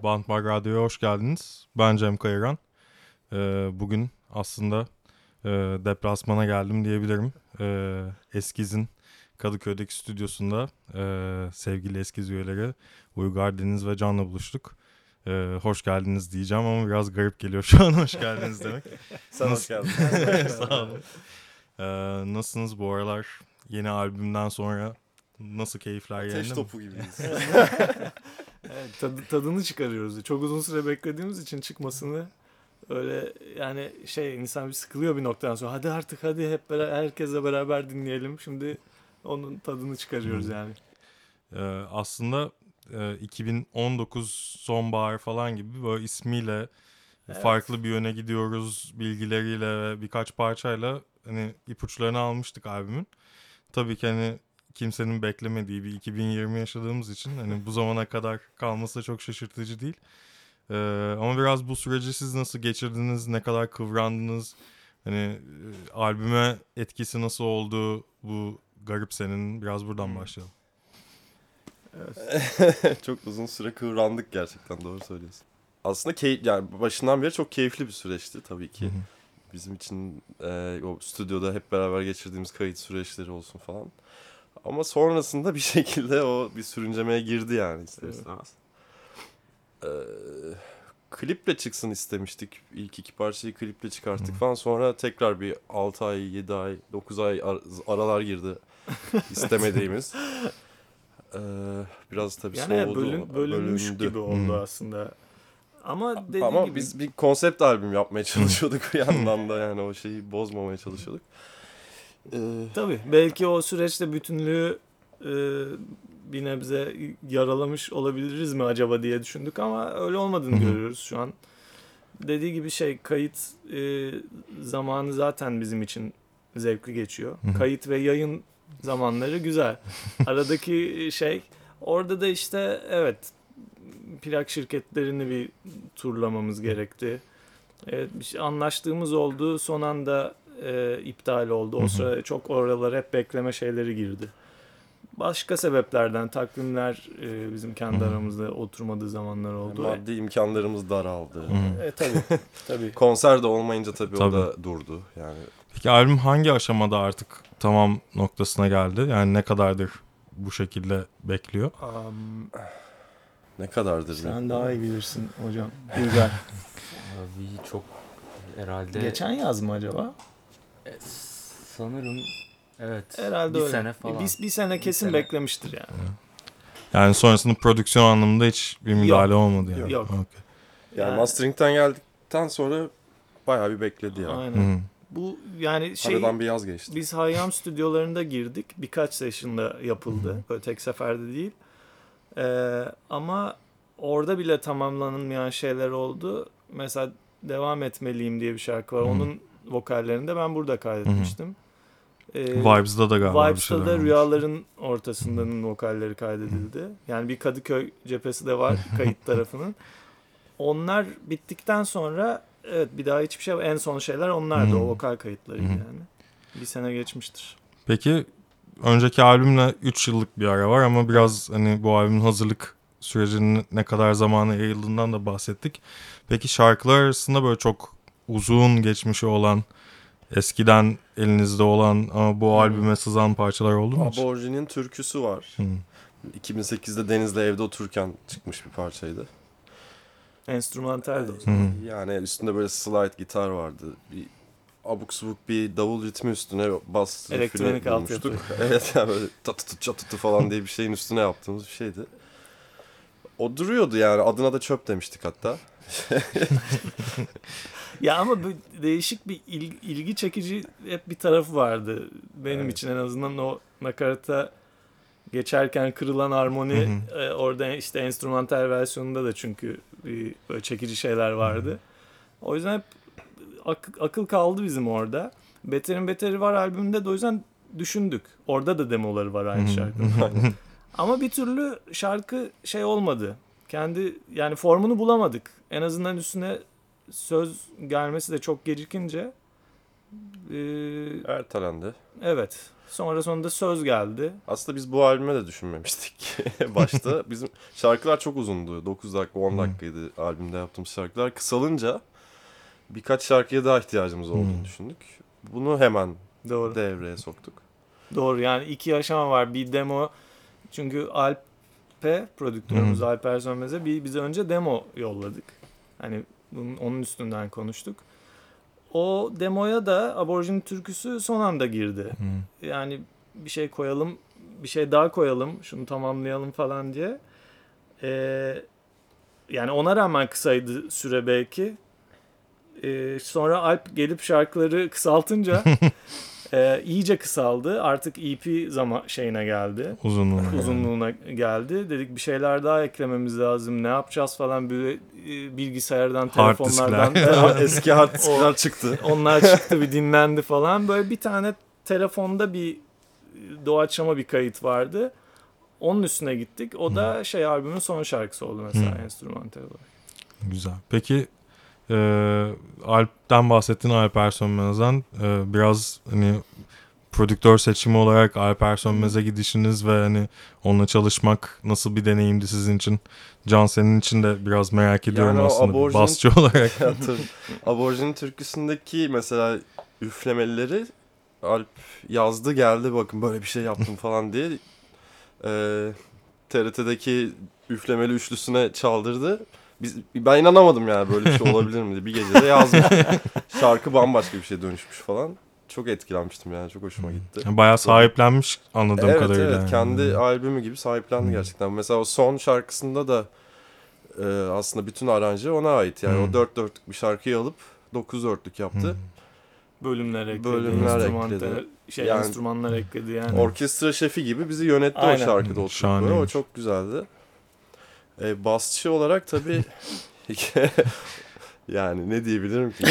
Bantbar Radyo'ya hoş geldiniz. Ben Cem Kayıran. Bugün aslında deplasmana geldim diyebilirim. Eskiz'in Kadıköy'deki stüdyosunda sevgili Eskiz üyeleri Uygar, Deniz ve Can'la buluştuk. Hoş geldiniz diyeceğim ama biraz garip geliyor şu an hoş geldiniz demek. Sen hoş geldin. Sağ olun. Nasılsınız bu aralar? Yeni albümden sonra nasıl keyifler yerinde Ateş mi? topu gibiyiz. Evet, tadını çıkarıyoruz. Çok uzun süre beklediğimiz için çıkmasını öyle yani insan bir sıkılıyor bir noktadan sonra. Hadi artık hep beraber herkesle beraber dinleyelim. Şimdi onun tadını çıkarıyoruz yani. Aslında 2019 sonbahar falan gibi böyle ismiyle Evet. farklı bir yöne gidiyoruz bilgileriyle ve birkaç parçayla hani ipuçlarını almıştık albümün. Tabii ki hani kimsenin beklemediği bir 2020 yaşadığımız için hani bu zamana kadar kalması da çok şaşırtıcı değil. Ama biraz bu süreci siz nasıl geçirdiniz, ne kadar kıvrandınız, hani albüme etkisi nasıl oldu bu garip senenin, biraz buradan başlayalım. Evet. Çok uzun süre kıvrandık gerçekten, doğru söylüyorsun. Aslında yani başından beri çok keyifli bir süreçti tabii ki. Bizim için o stüdyoda hep beraber geçirdiğimiz kayıt süreçleri olsun falan. Ama sonrasında bir şekilde o bir sürüncemeye girdi yani ister istemez. Kliple çıksın istemiştik. İlk iki parçayı kliple çıkarttık falan. Sonra tekrar bir 6 ay, 7 ay, 9 ay aralar girdi istemediğimiz. Biraz tabii Yani soğudu, bölünmüş bölündü. gibi oldu aslında. Ama dediği Ama gibi biz bir konsept albüm yapmaya çalışıyorduk bir yandan da, yani o şeyi bozmamaya çalışıyorduk. tabii belki o süreçte bütünlüğü bir nebze yaralamış olabiliriz mi acaba diye düşündük ama öyle olmadığını görüyoruz şu an. Dediği gibi kayıt zamanı zaten bizim için zevkli geçiyor. Kayıt ve yayın zamanları güzel. Aradaki orada da işte evet plak şirketlerini bir turlamamız gerekti. Evet, anlaştığımız oldu. Son anda iptal oldu. O sırada çok oralara hep bekleme şeyleri girdi. Başka sebeplerden takvimler bizim kendi aramızda oturmadığı zamanlar oldu. Maddi imkanlarımız daraldı. Tabii. Konser de olmayınca tabii o da durdu yani. Peki albüm hangi aşamada artık tamam noktasına geldi? Yani ne kadardır bu şekilde bekliyor? Ne kadardır? Sen daha iyi bilirsin hocam. Güzel. Abi çok herhalde... Geçen yaz mı acaba? Sanırım evet. Herhalde bir öyle. sene falan. Bir sene kesin sene. beklemiştir yani. Yani sonrasında prodüksiyon anlamında hiç bir müdahale olmadı yani. Yok. Okay. Yani mastering'ten geldikten sonra bayağı bir bekledi ya. Aynen. Bu yani Aradan bir yaz geçti. biz Hayyam stüdyolarında girdik. Birkaç session'da yapıldı. Böyle tek seferde değil. Ama orada bile tamamlanmayan şeyler oldu. Mesela Devam Etmeliyim diye bir şarkı var. Onun vokallerini de ben burada kaydetmiştim. Vibes'da da galiba bir şeyler Vibes'da da olmuş. Rüyaların Ortasında'nın vokalleri kaydedildi. Yani bir Kadıköy cephesi de var kayıt tarafının. Onlar bittikten sonra evet bir daha hiçbir şey, en son şeyler onlardı. O vokal kayıtlarıydı yani. Bir sene geçmiştir. Peki önceki albümle 3 yıllık bir ara var ama biraz hani bu albümün hazırlık sürecinin ne kadar zamana yayıldığından da bahsettik. Peki şarkılar arasında böyle çok uzun geçmişi olan, eskiden elinizde olan ama bu albüme sızan parçalar oldu mu hiç? Aborjinin türküsü var. 2008'de Deniz'le evde otururken çıkmış bir parçaydı. Enstrümantal de o. Yani üstünde böyle slide gitar vardı. Bir abuk subuk bir davul ritmi üstüne bas Elektronik riffini bulmuştuk. altyapı. Evet yani böyle tatı çatıtı falan diye bir şeyin üstüne yaptığımız bir şeydi. O duruyordu yani, adına da çöp demiştik hatta. Ya ama bu değişik bir ilgi çekici hep bir tarafı vardı. Benim için en azından o nakarata geçerken kırılan armoni orada işte enstrümantal versiyonunda da çünkü böyle çekici şeyler vardı. O yüzden hep akıl kaldı bizim orada. Beter'in Beteri var albümünde de o yüzden düşündük. Orada da demoları var aynı şarkının. Ama bir türlü şarkı olmadı. Kendi yani formunu bulamadık. En azından üstüne söz gelmesi de çok gecikince Ertelendi. evet. Sonunda söz geldi. Aslında biz bu albüme de düşünmemiştik başta. Bizim şarkılar çok uzundu. 9 dakika, 10 dakikaydı albümde yaptığımız şarkılar. Kısalınca birkaç şarkıya daha ihtiyacımız olduğunu düşündük. Bunu hemen Doğru. devreye soktuk. Doğru, yani 2 aşama var. Bir demo, çünkü Alp'e, prodüktörümüz Alper Sönmez'e bize önce demo yolladık. Hani onun üstünden konuştuk. O demoya da Aborjin türküsü son anda girdi. Yani bir şey koyalım, bir şey daha koyalım, şunu tamamlayalım falan diye. Yani ona rağmen kısaydı süre belki. Sonra Alp gelip şarkıları kısaltınca iyice kısaldı. Artık EP şeyine geldi. Uzunluğuna geldi. Dedik bir şeyler daha eklememiz lazım. Ne yapacağız falan, böyle bilgisayardan, telefonlardan Eski hard diskler çıktı. onlar çıktı, bir dinlendi falan. Böyle bir tane telefonda bir doğaçlama bir kayıt vardı. Onun üstüne gittik. O da albümün son şarkısı oldu mesela enstrümantal olarak. Güzel. Peki Alp'ten bahsettiğin Alper Sönmez'den biraz hani prodüktör seçimi olarak Alper Sönmez'e gidişiniz ve hani onunla çalışmak nasıl bir deneyimdi sizin için? Can, senin için de biraz merak ediyorum Yani aslında basçı olarak. Aborjin türküsündeki mesela üflemelileri Alp yazdı geldi, bakın böyle bir şey yaptım falan diye TRT'deki üflemeli üçlüsüne çaldırdı. Ben inanamadım yani, böyle bir şey olabilir mi diye. Bir gecede yazmış. Şarkı bambaşka bir şeye dönüşmüş falan. Çok etkilenmiştim yani, çok hoşuma gitti. Yani bayağı sahiplenmiş anladığım kadarıyla. Evet, yani. kendi albümü gibi sahiplendi gerçekten. Mesela o son şarkısında da aslında bütün aranjı ona ait. Yani o 4 dörtlük bir şarkıyı alıp 9 dörtlük yaptı. Bölümler ekledi. Yani, enstrümanlar ekledi yani. Orkestra şefi gibi bizi yönetti. Aynen. O şarkıda oturup. O çok güzeldi. Basçı olarak tabii yani ne diyebilirim ki?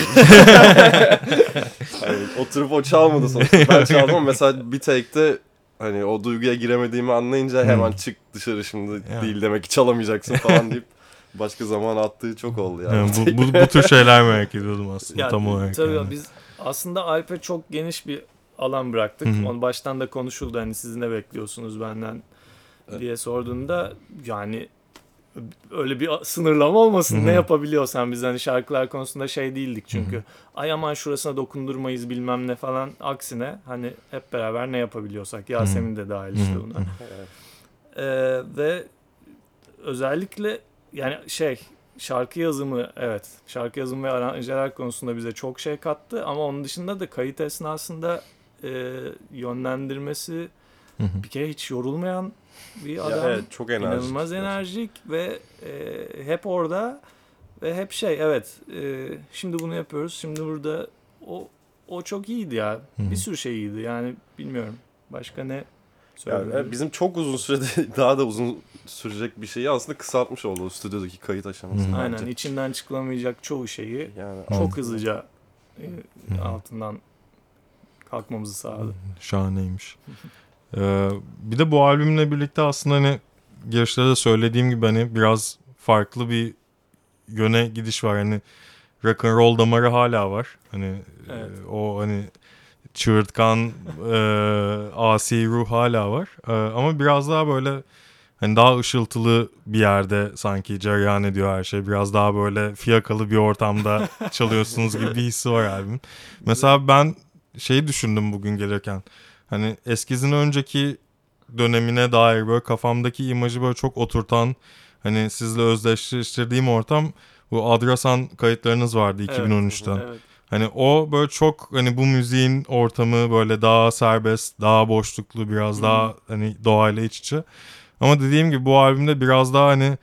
Hani oturup o çalmadı sonuçta. Ben çaldım ama mesela bir take'te hani o duyguya giremediğimi anlayınca hemen çık dışarı, şimdi değil demek ki çalamayacaksın falan deyip başka zaman attığı çok oldu yani. Bu tür şeyler merak ediyordum aslında tam olarak. Tabii yani. biz aslında Alp'e çok geniş bir alan bıraktık. Onu baştan da konuşuldu, hani siz ne bekliyorsunuz benden diye sorduğunda, yani öyle bir sınırlama olmasın. Ne yapabiliyorsan, biz hani şarkılar konusunda değildik çünkü. Ay aman şurasına dokundurmayız bilmem ne falan. Aksine hani hep beraber ne yapabiliyorsak. Yasemin de dahil işte buna. Ve özellikle yani şarkı yazımı ve aranjeler konusunda bize çok şey kattı, ama onun dışında da kayıt esnasında yönlendirmesi, bir kere hiç yorulmayan bir adam. Evet, çok enerjik. İnanılmaz enerjik ve hep orada ve hep şimdi bunu yapıyoruz, şimdi burada, o çok iyiydi ya. Bir sürü şey iyiydi yani, bilmiyorum başka ne söyleyebilirim. Yani bizim çok uzun sürede daha da uzun sürecek bir şeyi aslında kısaltmış oldu o stüdyodaki kayıt aşamasını. Aynen, içinden çıkılamayacak çoğu şeyi yani çok hızlıca altından kalkmamızı sağladı. Şahaneymiş. Bir de bu albümle birlikte aslında hani girişte de söylediğim gibi hani biraz farklı bir yöne gidiş var. Hani rock and roll damarı hala var. Hani o hani çığırtkan asi ruh hala var. Ama biraz daha böyle hani daha ışıltılı bir yerde sanki cereyan ediyor her şey. Biraz daha böyle fiyakalı bir ortamda çalıyorsunuz gibi bir hissi var albümün. Mesela ben düşündüm bugün gelirken. Hani Eskiz'in önceki dönemine dair böyle kafamdaki imajı böyle çok oturtan, hani sizle özdeşleştirdiğim ortam bu Adrasan kayıtlarınız vardı 2013'ten. Evet. Hani o böyle çok hani bu müziğin ortamı böyle daha serbest, daha boşluklu, biraz daha hani doğayla iç içe. Ama dediğim gibi bu albümde biraz daha hani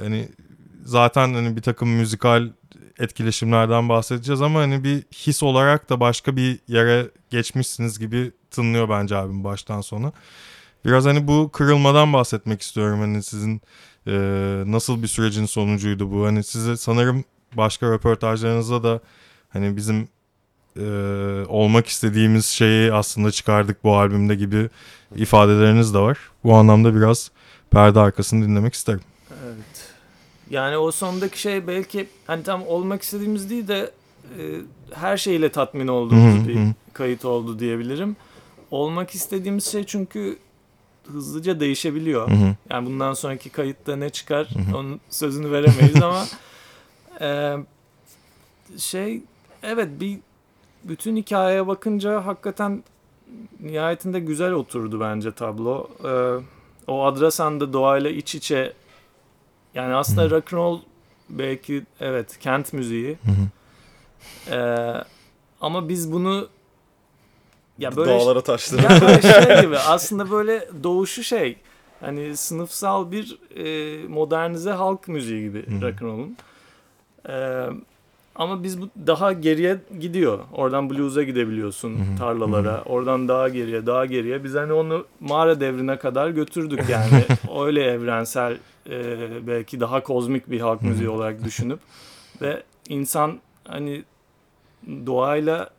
zaten hani bir takım müzikal etkileşimlerden bahsedeceğiz ama hani bir his olarak da başka bir yere geçmişsiniz gibi tınlıyor bence albüm baştan sona. Biraz hani bu kırılmadan bahsetmek istiyorum. Hani sizin nasıl bir sürecin sonucuydu bu? Hani size sanırım başka röportajlarınızda da hani bizim olmak istediğimiz şeyi aslında çıkardık bu albümde gibi ifadeleriniz de var. Bu anlamda biraz perde arkasını dinlemek isterim. Evet. Yani o sondaki belki hani tam olmak istediğimiz değil de her şeyle tatmin olduğumuz bir kayıt oldu diyebilirim. olmak istediğimiz şey çünkü hızlıca değişebiliyor. Hı hı. Yani bundan sonraki kayıtta ne çıkar Hı hı. onun sözünü veremeyiz ama evet, bir bütün hikayeye bakınca hakikaten nihayetinde güzel oturdu bence tablo. O Adrasan'da doğayla iç içe, yani aslında Hı. rock'n'roll belki evet kent müziği. Hı hı. Ama biz bunu ya böyle Dağlara taşlara. ya böyle şey gibi aslında böyle doğuşu hani sınıfsal bir modernize halk müziği gibi Hı hı. rock'n'roll'un. Ama biz bu daha geriye gidiyor. Oradan blues'a gidebiliyorsun, Hı hı. tarlalara. Oradan daha geriye, daha geriye. Biz hani onu mağara devrine kadar götürdük yani. Öyle evrensel, belki daha kozmik bir halk Hı hı. müziği olarak düşünüp ve insan hani doğayla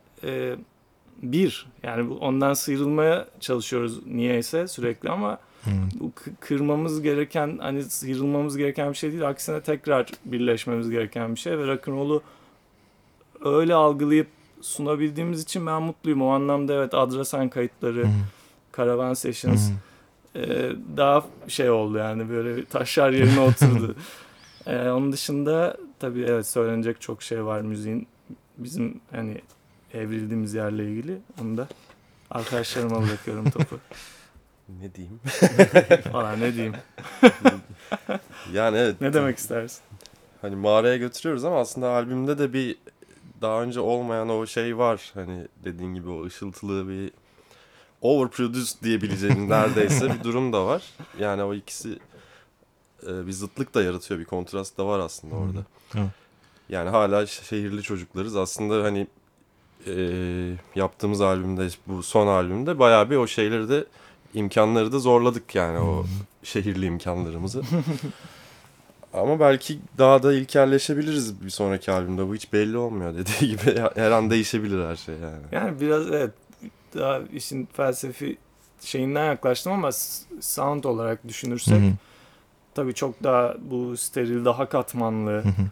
yani ondan sıyrılmaya çalışıyoruz niyeyse sürekli ama Hı. bu kırmamız gereken, hani sıyrılmamız gereken bir şey değil. Aksine tekrar birleşmemiz gereken bir şey ve rock'n'roll'u öyle algılayıp sunabildiğimiz için ben mutluyum. O anlamda evet, Adrasan kayıtları, Hı hı. Caravan Hı Sessions hı. daha oldu yani, böyle taşlar yerine oturdu. Onun dışında tabii evet, söylenecek çok şey var müziğin, bizim hani evrildiğimiz yerle ilgili. Onu da arkadaşlarıma bırakıyorum topu. Ne diyeyim? Falan ne diyeyim. Yani evet. Ne demek istersin? Hani mağaraya götürüyoruz ama aslında albümde de bir daha önce olmayan o şey var. Hani dediğin gibi o ışıltılı bir overproduced diyebileceğin neredeyse bir durum da var. Yani o ikisi bir zıtlık da yaratıyor. Bir kontrast da var aslında orada. Hı. Yani hala şehirli çocuklarız. Aslında hani yaptığımız albümde, bu son albümde bayağı bir o şeyleri de, imkanları da zorladık yani, o şehirli imkanlarımızı. Ama belki daha da ilkelleşebiliriz bir sonraki albümde. Bu hiç belli olmuyor, dediği gibi. Her an değişebilir her şey yani. Yani biraz evet, daha işin felsefi şeyinden yaklaştım ama sound olarak Hı düşünürsek hı. tabii çok daha bu steril, daha katmanlı. Hı hı.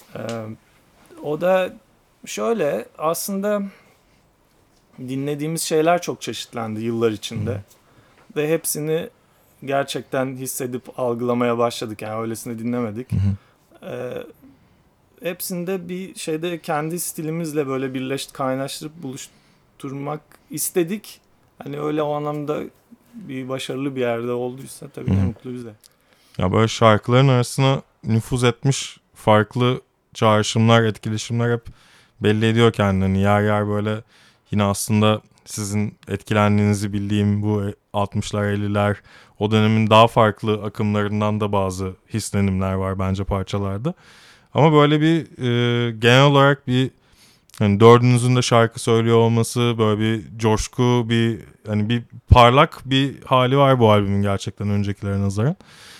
O da şöyle, aslında dinlediğimiz şeyler çok çeşitlendi yıllar içinde. Ve hepsini gerçekten hissedip algılamaya başladık. Yani öylesine dinlemedik. Hı hı. Hepsinde bir şeyde kendi stilimizle böyle kaynaştırıp buluşturmak istedik. Hani öyle o anlamda bir başarılı bir yerde olduysa tabii ne Hı. mutlu bize. Ya böyle şarkıların arasına nüfuz etmiş farklı çağrışımlar, etkileşimler hep belli ediyor kendini. Yer yer böyle yine aslında sizin etkilendiğinizi bildiğim bu 60'lar 50'ler, o dönemin daha farklı akımlarından da bazı hislenimler var bence parçalarda. Ama böyle bir genel olarak bir, hani dördünüzün de şarkı söylüyor olması, böyle bir coşku, bir hani bir parlak bir hali var bu albümün gerçekten öncekilere nazaran.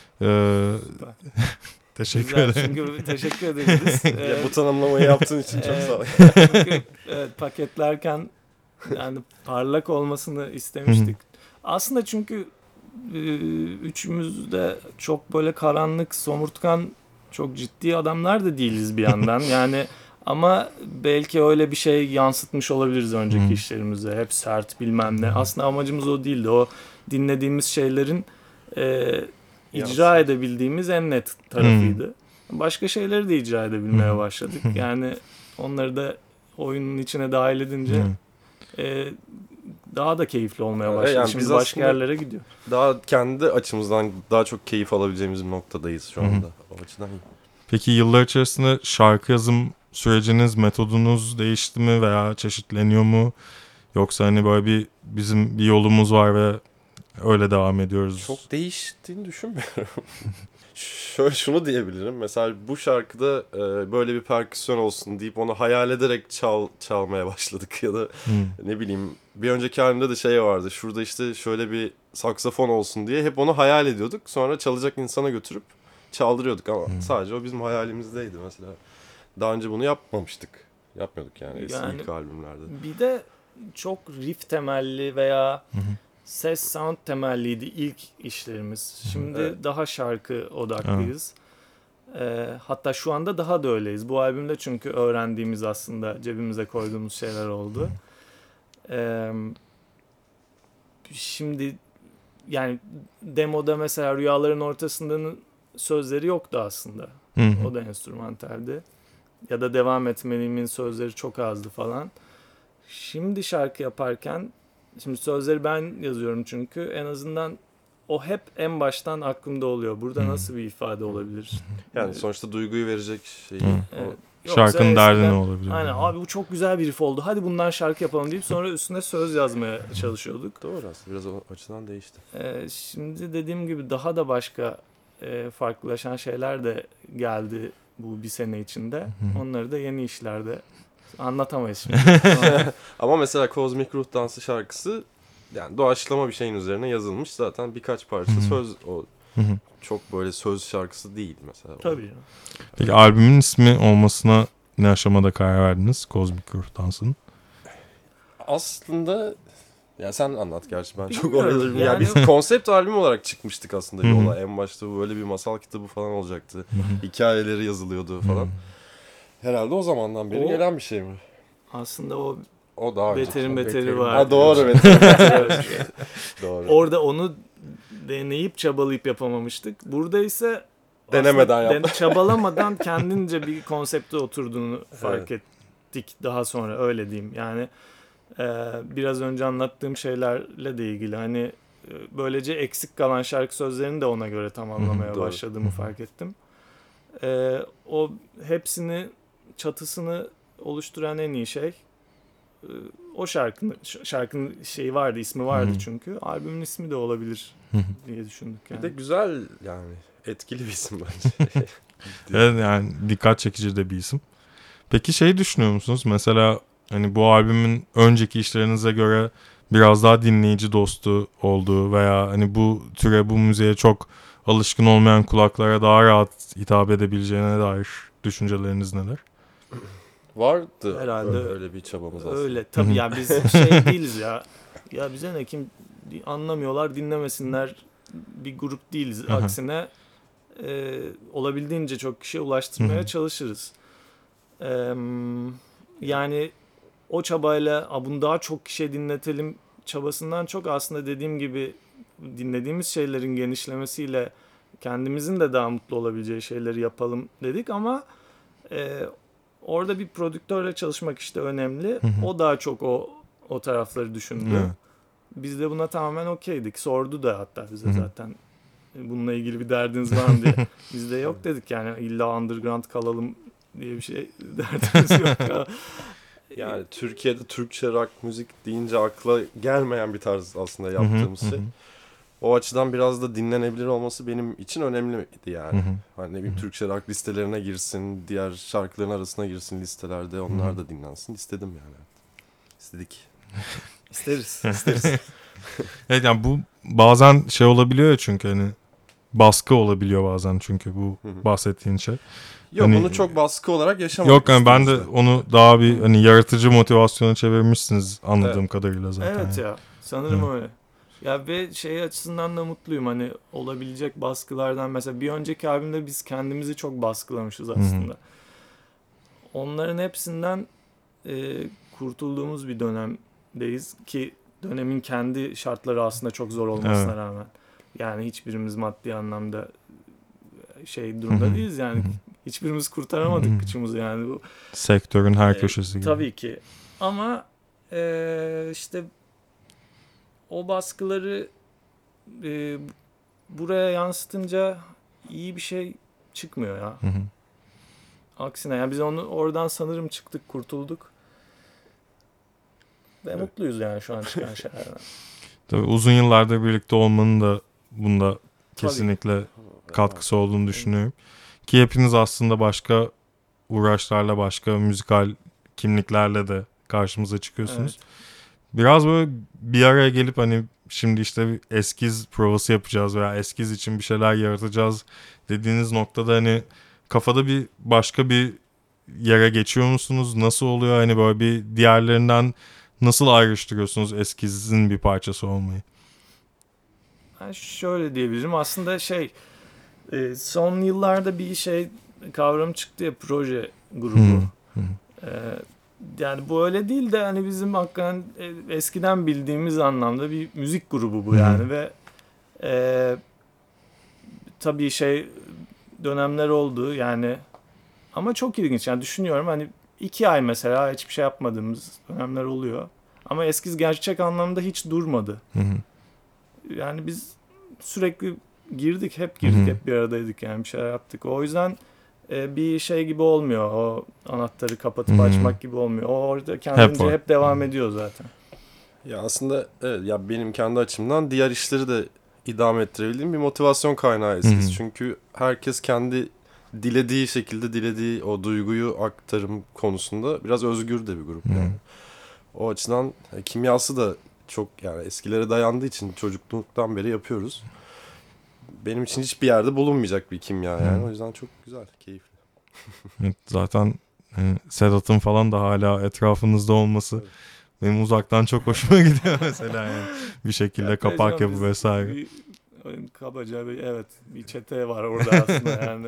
Teşekkür Güzel, ederim. çünkü teşekkür ederiz. Ya, bu tanımlamayı yaptığın için çok sağ ol. Çünkü evet, paketlerken yani parlak olmasını istemiştik. Aslında çünkü üçümüz de çok böyle karanlık, somurtkan, çok ciddi adamlar da değiliz bir yandan. Yani ama belki öyle bir şey yansıtmış olabiliriz önceki işlerimize. Hep sert bilmem ne. Aslında amacımız o değildi. O dinlediğimiz şeylerin icra edebildiğimiz en net tarafıydı. Başka şeyleri de icra edebilmeye başladık. Yani onları da oyunun içine dahil edince daha da keyifli olmaya başladı. Yani şimdi biz başka aslında yerlere gidiyor. daha kendi açımızdan daha çok keyif alabileceğimiz bir noktadayız şu anda. O açıdan iyi. Peki yıllar içerisinde şarkı yazım süreciniz, metodunuz değişti mi veya çeşitleniyor mu? Yoksa hani böyle bizim bir yolumuz var ve öyle devam ediyoruz. Çok değiştiğini düşünmüyorum. Şöyle şunu diyebilirim. Mesela bu şarkıda böyle bir perküsyon olsun deyip onu hayal ederek çalmaya başladık. Ya da ne bileyim, bir önceki albümde de şey vardı. Şurada işte şöyle bir saksafon olsun diye hep onu hayal ediyorduk. Sonra çalacak insana götürüp çaldırıyorduk ama sadece o bizim hayalimizdeydi mesela. Daha önce bunu yapmamıştık. Yapmıyorduk yani ilk albümlerde. Bir de çok riff temelli veya ses sound temelliydi ilk işlerimiz. Şimdi daha şarkı odaklıyız. Hatta şu anda daha da öyleyiz. Bu albümde çünkü öğrendiğimiz, aslında cebimize koyduğumuz şeyler oldu. şimdi yani demoda mesela Rüyaların Ortasında'nın sözleri yoktu aslında. Hı hı. O da enstrümantaldi. Ya da Devam Etmeliyim'in sözleri çok azdı falan. Şimdi şarkı yaparken, şimdi sözleri ben yazıyorum çünkü en azından o hep en baştan aklımda oluyor. Burada nasıl bir ifade olabilir? Yani sonuçta duyguyu verecek şeyi. Hı. Evet. Şarkının Yoksa derdi ne eskiden, olabilir? aynen abi bu çok güzel bir riff oldu. Hadi bundan şarkı yapalım deyip sonra üstüne söz yazmaya çalışıyorduk. Doğru aslında. Biraz o açıdan değişti. Şimdi dediğim gibi daha da başka farklılaşan şeyler de geldi bu bir sene içinde. Onları da yeni işlerde anlatamayız şimdi. Ama mesela Kozmik Ruh Dansı şarkısı yani doğaçlama bir şeyin üzerine yazılmış. Zaten birkaç parça söz, o Hı hı. çok böyle söz şarkısı değil mesela. Tabii. Peki albümün ismi olmasına ne aşamada karar verdiniz? Kozmik Ruh Dansı'nın. Aslında ya sen anlat gerçi ben çok Bilmiyorum, oralarım. Ya yani- biz konsept albüm olarak çıkmıştık aslında Hı hı. yola. En başta böyle bir masal kitabı falan olacaktı. Hikayeleri yazılıyordu falan. Herhalde o zamandan beri O- gelen bir şey mi? Aslında o O daha önce. beterin beteri var. Ha doğru beterin. Doğru. Orada onu deneyip çabalayıp yapamamıştık. Burada ise Denemeden aslında yaptık. çabalamadan kendince bir konsepte oturduğunu fark ettik daha sonra, öyle diyeyim. Yani biraz önce anlattığım şeylerle de ilgili hani böylece eksik kalan şarkı sözlerini de ona göre tamamlamaya Doğru. başladığımı fark ettim. O hepsini, çatısını oluşturan en iyi şey o şarkının şeyi vardı, ismi vardı çünkü. Albümün ismi de olabilir diye düşündük Bir yani. de güzel yani etkili bir isim bence. Evet, yani dikkat çekici de bir isim. Peki şey düşünüyor musunuz? Mesela hani bu albümün önceki işlerinize göre biraz daha dinleyici dostu olduğu veya hani bu türe, bu müziğe çok alışkın olmayan kulaklara daha rahat hitap edebileceğine dair düşünceleriniz neler? Vardı Herhalde öyle bir çabamız aslında. Öyle tabii ya, biz şey değiliz ya. Ya bize ne, kim anlamıyorlar dinlemesinler bir grup değiliz. Hı hı. Aksine olabildiğince çok kişiye ulaştırmaya çalışırız. Yani o çabayla bunu daha çok kişiye dinletelim çabasından çok aslında dediğim gibi dinlediğimiz şeylerin genişlemesiyle kendimizin de daha mutlu olabileceği şeyleri yapalım dedik ama orada bir prodüktörle çalışmak işte önemli. O daha çok o tarafları düşündü. Evet. Biz de buna tamamen okeydik. Sordu da hatta bize zaten bununla ilgili bir derdiniz var mı diye. Biz de yok dedik yani, illa underground kalalım diye bir şey derdimiz yok ya. Yani Türkiye'de Türkçe rock müzik deyince akla gelmeyen bir tarz aslında yaptığımız şey. O açıdan biraz da dinlenebilir olması benim için önemliydi yani. Hani ne bileyim Türkçe rock listelerine girsin, diğer şarkıların arasına girsin listelerde, onlar da dinlensin istedim yani. İstedik. İsteriz. Evet, yani bu bazen şey olabiliyor ya, çünkü hani baskı olabiliyor bazen çünkü bu bahsettiğin şey. Yok Hani- bunu çok baskı olarak yaşamadık. Yok yani ben de üstümüzde. onu daha bir hani yaratıcı motivasyona çevirmişsiniz anladığım kadarıyla zaten. Evet yani. ya, sanırım öyle. Ya ve şey açısından da mutluyum, hani olabilecek baskılardan mesela bir önceki albümde biz kendimizi çok baskılamışız aslında. Onların hepsinden kurtulduğumuz bir dönemdeyiz ki dönemin kendi şartları aslında çok zor olmasına rağmen. Yani hiçbirimiz maddi anlamda şey durumda değiliz yani. Hiçbirimiz kurtaramadık kıçımızı yani bu. Sektörün her köşesi gibi. Tabii ki. Ama işte o baskıları buraya yansıtınca iyi bir şey çıkmıyor ya. Aksine yani biz oradan sanırım çıktık, kurtulduk. Ve mutluyuz yani şu an çıkan şeylerden. Tabii uzun yıllardır birlikte olmanın da bunda kesinlikle katkısı olduğunu düşünüyorum. Ki hepiniz aslında başka uğraşlarla, başka müzikal kimliklerle de karşımıza çıkıyorsunuz. Evet. Biraz böyle bir araya gelip hani şimdi işte bir eskiz provası yapacağız veya eskiz için bir şeyler yaratacağız dediğiniz noktada hani kafada bir başka bir yere geçiyor musunuz? Nasıl oluyor? Hani böyle bir diğerlerinden nasıl ayrıştırıyorsunuz eskizin bir parçası olmayı? Ben şöyle diyebilirim. Aslında son yıllarda bir kavram çıktı ya, proje grubu. yani bu öyle değil de hani bizim hakikaten eskiden bildiğimiz anlamda bir müzik grubu bu yani ve tabii dönemler oldu yani ama çok ilginç yani düşünüyorum hani 2 ay mesela hiçbir şey yapmadığımız dönemler oluyor ama Eskiz gerçek anlamda hiç durmadı. Yani biz sürekli girdik, hep bir aradaydık yani bir şeyler yaptık. O yüzden bir şey gibi olmuyor. O anahtarı kapatıp açmak gibi olmuyor. O orada kendince hep devam ediyor zaten. Ya aslında evet, ya benim kendi açımdan diğer işleri de idame ettirebildiğim bir motivasyon kaynağı Eskiz. Çünkü herkes kendi dilediği şekilde dilediği o duyguyu aktarım konusunda biraz özgür de bir grup yani. O açıdan kimyası da çok yani eskilere dayandığı için çocukluktan beri yapıyoruz. Benim için hiçbir yerde bulunmayacak bir kimya yani. O yüzden çok güzel, keyifli. Evet, zaten Sedat'ın falan da hala etrafınızda olması benim uzaktan çok hoşuma gidiyor mesela yani. Bir şekilde kapak yapı vesaire. Kabaca bir çete var orada aslında yani.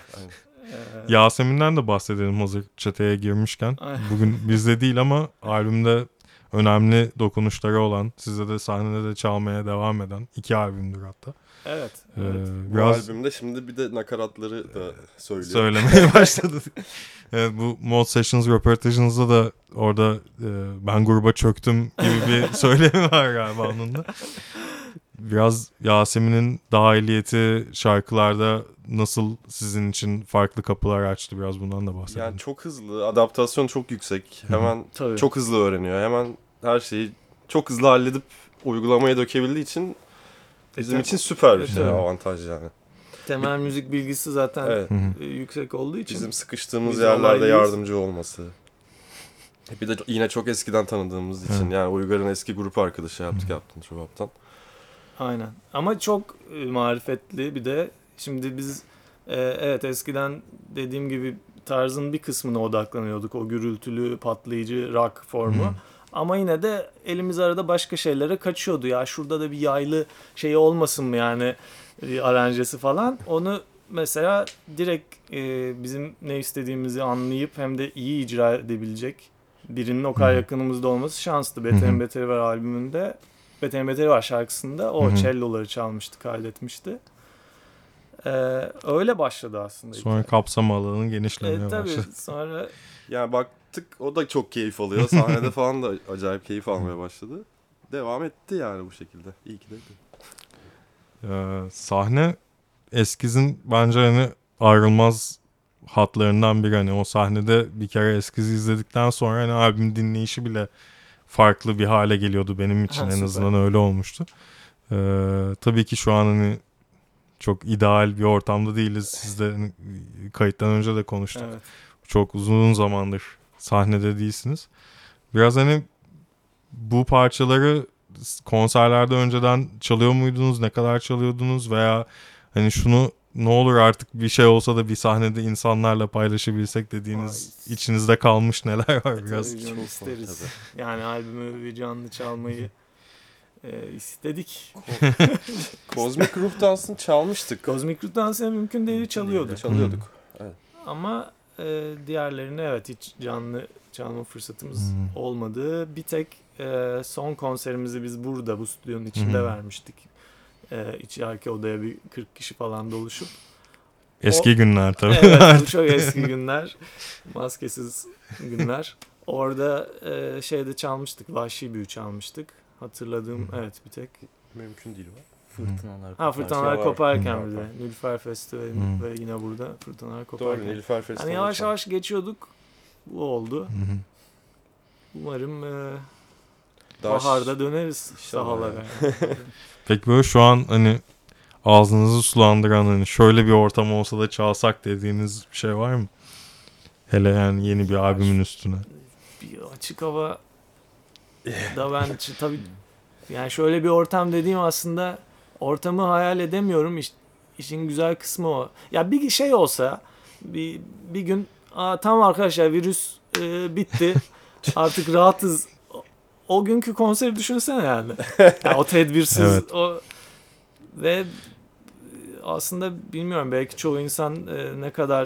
Yasemin'den de bahsedelim hazır çeteye girmişken. Bugün bizde değil ama albümde önemli dokunuşları olan, size de sahnede de çalmaya devam eden 2 albümdür hatta. Evet. Bu albümde şimdi bir de nakaratları da söylüyor. Söylemeye başladı. Evet, bu Mod Sessions röportajınızda da orada ben gruba çöktüm gibi bir söylemi var galiba onun da. Biraz Yasemin'in dahiliyeti şarkılarda nasıl sizin için farklı kapılar açtı, biraz bundan da bahsedelim. Yani çok hızlı, adaptasyon çok yüksek. Hemen çok hızlı öğreniyor. Hemen her şeyi çok hızlı halledip uygulamaya dökebildiği için bizim için süper bir şey, avantaj yani. Temel müzik bilgisi zaten yüksek olduğu için. Bizim sıkıştığımız yerlerde yardımcı olması. Bir de yine çok eskiden tanıdığımız için yani Uygar'ın eski grup arkadaşı yaptım Şubap'tan. Aynen. Ama çok marifetli bir de şimdi biz evet eskiden dediğim gibi tarzın bir kısmına odaklanıyorduk. O gürültülü patlayıcı rock formu. Ama yine de elimiz arada başka şeylere kaçıyordu. Ya şurada da bir yaylı şey olmasın mı yani aranjesi falan. Onu mesela direkt bizim ne istediğimizi anlayıp hem de iyi icra edebilecek birinin o kadar yakınımızda olması şanslı. Beterin Beteri Var albümünde Beterin Beteri Var şarkısında o celloları çalmıştı, kaydetmişti. Öyle başladı aslında. Sonra kapsam alanının genişlemeye başladı. Sonra yani baktık o da çok keyif alıyor. Sahnede falan da acayip keyif almaya başladı. Devam etti yani bu şekilde. İyi ki de. Sahne Eskiz'in bence hani ayrılmaz hatlarından biri. Hani o sahnede bir kere Eskiz'i izledikten sonra hani albüm dinleyişi bile farklı bir hale geliyordu benim için. En azından öyle olmuştu. Tabii ki şu an hani çok ideal bir ortamda değiliz. Siz de hani kayıttan önce de konuştuk. evet. Çok uzun zamandır sahnede değilsiniz. Biraz hani bu parçaları konserlerde önceden çalıyor muydunuz? Ne kadar çalıyordunuz? Veya hani şunu ne olur artık bir şey olsa da bir sahnede insanlarla paylaşabilsek dediğiniz içinizde kalmış neler var biraz? Çok isteriz. Yani albümü bir canlı çalmayı istedik. Kozmik Ruh Dansı'nı çalmıştık. Kozmik Ruh Dansı'na mümkün değil çalıyorduk. Evet. Ama diğerlerini hiç canlı çalma fırsatımız olmadı. Bir tek son konserimizi biz burada bu stüdyonun içinde vermiştik. İçeriki odaya bir 40 kişi falan doluşup. Eski günler tabii. Evet, çok eski günler. Maskesiz günler. Orada şeyde çalmıştık. Vahşi Büyü çalmıştık. Hatırladığım bir tek. Mümkün değil o. Fırtınalar koparken bir de. Nilüfer Festivali ve yine burada Fırtınalar koparken. Doğru, Nilüfer Festivali. Hani yavaş yavaş geçiyorduk. Bu oldu. Umarım baharda döneriz sahalara. Peki böyle şu an hani ağzınızı sulandıran hani şöyle bir ortam olsa da çalsak dediğiniz bir şey var mı? Hele yani yeni bir albümün üstüne. Bir açık hava da ben tabii yani şöyle bir ortam dediğim aslında ortamı hayal edemiyorum. İşin güzel kısmı o. Ya bir şey olsa bir gün tamam arkadaşlar virüs bitti. Artık rahatız. O günkü konseri düşünsene yani. Yani o tedbirsiz ve aslında bilmiyorum belki çoğu insan ne kadar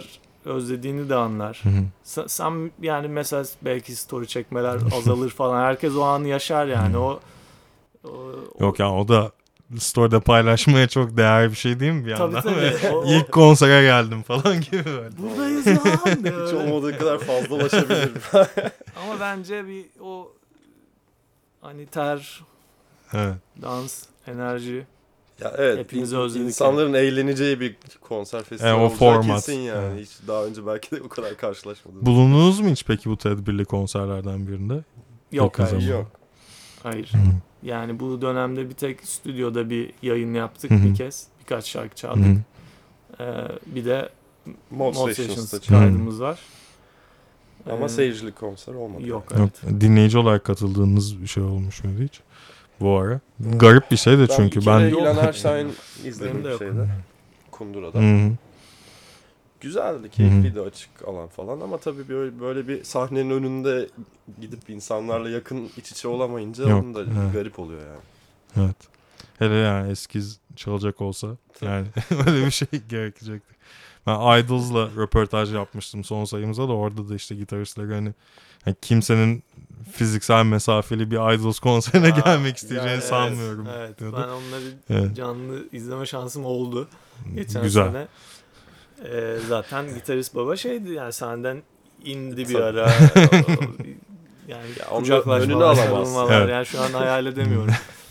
özlediğini de anlar. Hı hı. Sen yani mesela belki story çekmeler azalır falan. Herkes o anı yaşar yani. O Yok ya, o da story'de paylaşmaya çok değerli bir şey değil mi bir tabii yandan? tabii. Ve O- İlk konsere geldim falan gibi böyle. buradayız lan. Hiç Öyle. olmadığı kadar fazlalaşabilir. Ama bence bir o hani ter, Evet. dans, enerji. Ya evet, Hepimizi özledik insanların eğleneceği bir konser festivali o olacak format. kesin yani. Evet. Hiç daha önce belki de o kadar karşılaşmadım. Bulundunuz mu hiç peki bu tedbirli konserlerden birinde? Yok Yakın hayır. zamanda. Yok. Hayır. Hı. Yani bu dönemde bir tek stüdyoda bir yayın yaptık Hı hı. bir kez. Birkaç şarkı çaldık. Hı. Bir de Mod Mod Sessions'ta Sessions çaldım. kaydımız var. Ama Ee, seyircili konser olmadı. Yok Yok, evet. dinleyici olarak katıldığınız bir şey olmuş muydu hiç? Bu ara. Garip bir şey de çünkü bir ben... kere Yok. İlhan Erşain Benim izledim de yok. şeyde. Kundura'da. Hı hı. Güzeldi, keyifliydi, açık alan falan ama tabii böyle bir sahnenin önünde gidip insanlarla yakın iç içe olamayınca Yok, onun da evet. garip oluyor yani. Evet. Hele yani eskiz çalacak olsa yani öyle bir şey gerekecekti. Ben Idols'la röportaj yapmıştım son sayımıza da, orada da işte gitaristler hani kimsenin fiziksel mesafeli bir Idols konserine Aa, gelmek isteyeceğini evet, sanmıyorum Evet. diyordu. Ben onları Evet. canlı izleme şansım oldu. Geçen Güzel. sene. Zaten gitarist baba şeydi yani senden indi bir Tabii. ara. Yani Ya onun önünü kucaklaşmalar, alamazsın. sarılmalar. Evet. Yani şu an hayal edemiyorum.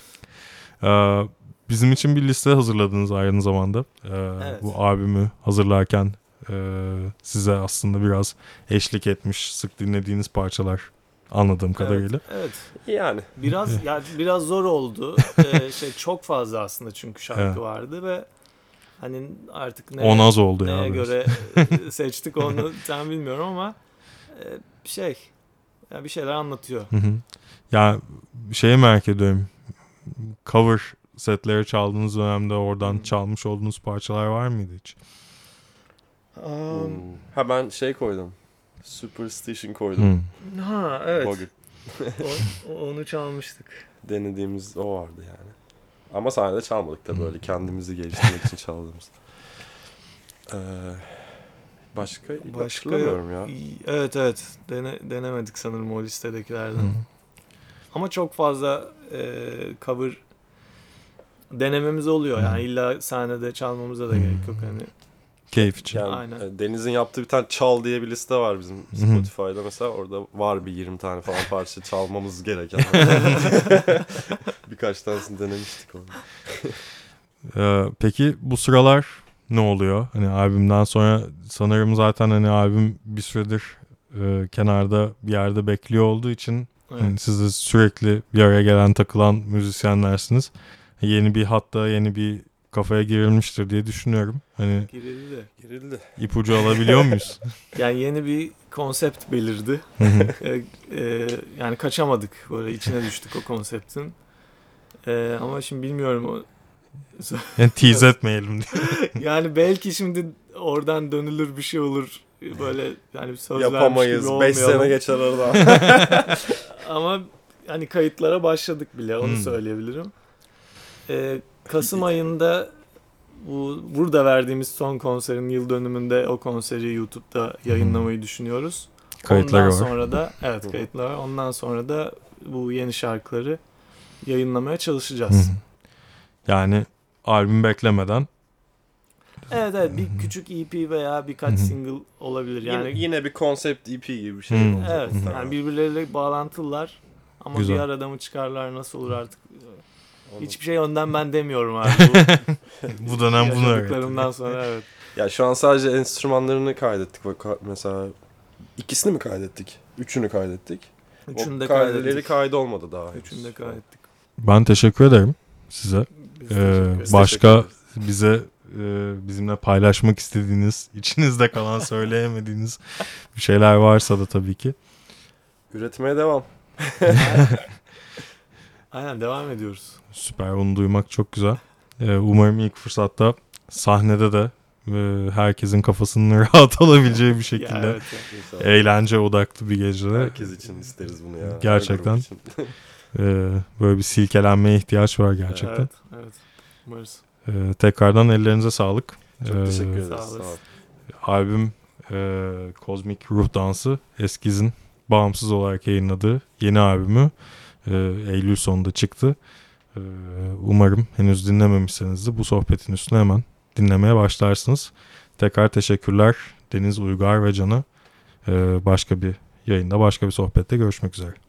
Bizim için bir liste hazırladınız aynı zamanda. Evet. Bu albümü hazırlarken size aslında biraz eşlik etmiş, sık dinlediğiniz parçalar anladığım kadarıyla. Evet. Yani Biraz zor oldu. Çok fazla aslında çünkü şarkı Evet. vardı ve hani artık On az oldu ya neye biraz. göre seçtik onu tam bilmiyorum ama bir şeyler anlatıyor. Hı hı. Ya şeyi merak ediyorum. Cover setleri çaldığınız dönemde oradan çalmış olduğunuz parçalar var mıydı hiç? ha ben şey koydum. Superstition koydum. Evet. Buggy. Onu çalmıştık. Denediğimiz o vardı yani. Ama sahnede çalmadık da böyle kendimizi geliştirmek için çaldığımız. Başka hatırlamıyorum ya. Evet. Denemedik sanırım o listedekilerden. Hı. Ama çok fazla cover denememiz oluyor. Yani illa sahnede çalmamıza da gerek yok hani. Keyif için. Yani Aynen. Deniz'in yaptığı bir tane çal diye bir liste var bizim Spotify'da mesela. Orada var bir 20 tane falan parça çalmamız gereken. Birkaç tanesini denemiştik orada. Peki bu sıralar ne oluyor? Hani albümden sonra sanırım zaten hani albüm bir süredir kenarda bir yerde bekliyor olduğu için hani siz de sürekli bir araya gelen takılan müzisyenlersiniz. Yeni bir hatta yeni bir kafaya girilmiştir diye düşünüyorum. Hani Girildi. ipucu alabiliyor muyuz? Yani yeni bir konsept belirdi. Yani kaçamadık. Böyle içine düştük o konseptin. Ama şimdi bilmiyorum. Yani tease etmeyelim diye. Yani belki şimdi oradan dönülür bir şey olur. Böyle yani söz vermiş gibi Yapamayız. 5 olmayalım. sene geçer aradan. Ama hani kayıtlara başladık bile. Onu söyleyebilirim. Kasım ayında burada verdiğimiz son konserin yıl dönümünde o konseri YouTube'da yayınlamayı düşünüyoruz. Kayıtları Ondan var. sonra da kayıtlar var. Ondan sonra da bu yeni şarkıları yayınlamaya çalışacağız. Yani albüm beklemeden. Evet bir küçük EP veya birkaç single olabilir. Yani yine bir konsept EP gibi bir şey olacak. evet yani birbirleriyle bağlantılılar ama Güzel. bir arada mı çıkarlar nasıl olur artık. Hiçbir şey önden ben demiyorum abi. Bu dönem bunu yaşadıklarımdan sonra evet. Ya şu an sadece enstrümanlarını kaydettik. Bak mesela ikisini mi kaydettik? Üçünü kaydettik. Üçünü de O kaydeleri kaydettik. kaydı olmadı daha. henüz. Üçünü de kaydettik. Ben teşekkür ederim size. Biz teşekkür ederiz. Başka bize bizimle paylaşmak istediğiniz, içinizde kalan söyleyemediğiniz bir şeyler varsa da tabii ki. Üretmeye devam. Aynen devam ediyoruz. Süper, bunu duymak çok güzel. Umarım ilk fırsatta sahnede de herkesin kafasının rahat olabileceği bir şekilde Ya, evet. İnşallah. eğlence odaklı bir gecede. Herkes için isteriz bunu ya. Gerçekten. Her grup için. Böyle bir silkelenmeye ihtiyaç var gerçekten. Evet. Umarız. Tekrardan ellerinize sağlık. Çok teşekkür ederiz. Sağ Sağ olasın. ol. Albüm Kozmik Ruh Dansı Eskiz'in bağımsız olarak yayınladığı yeni albümü Eylül sonunda çıktı. Umarım henüz dinlememişseniz de bu sohbetin üstüne hemen dinlemeye başlarsınız. Tekrar teşekkürler Deniz, Uygar ve Can'a. Başka bir yayında, başka bir sohbette görüşmek üzere.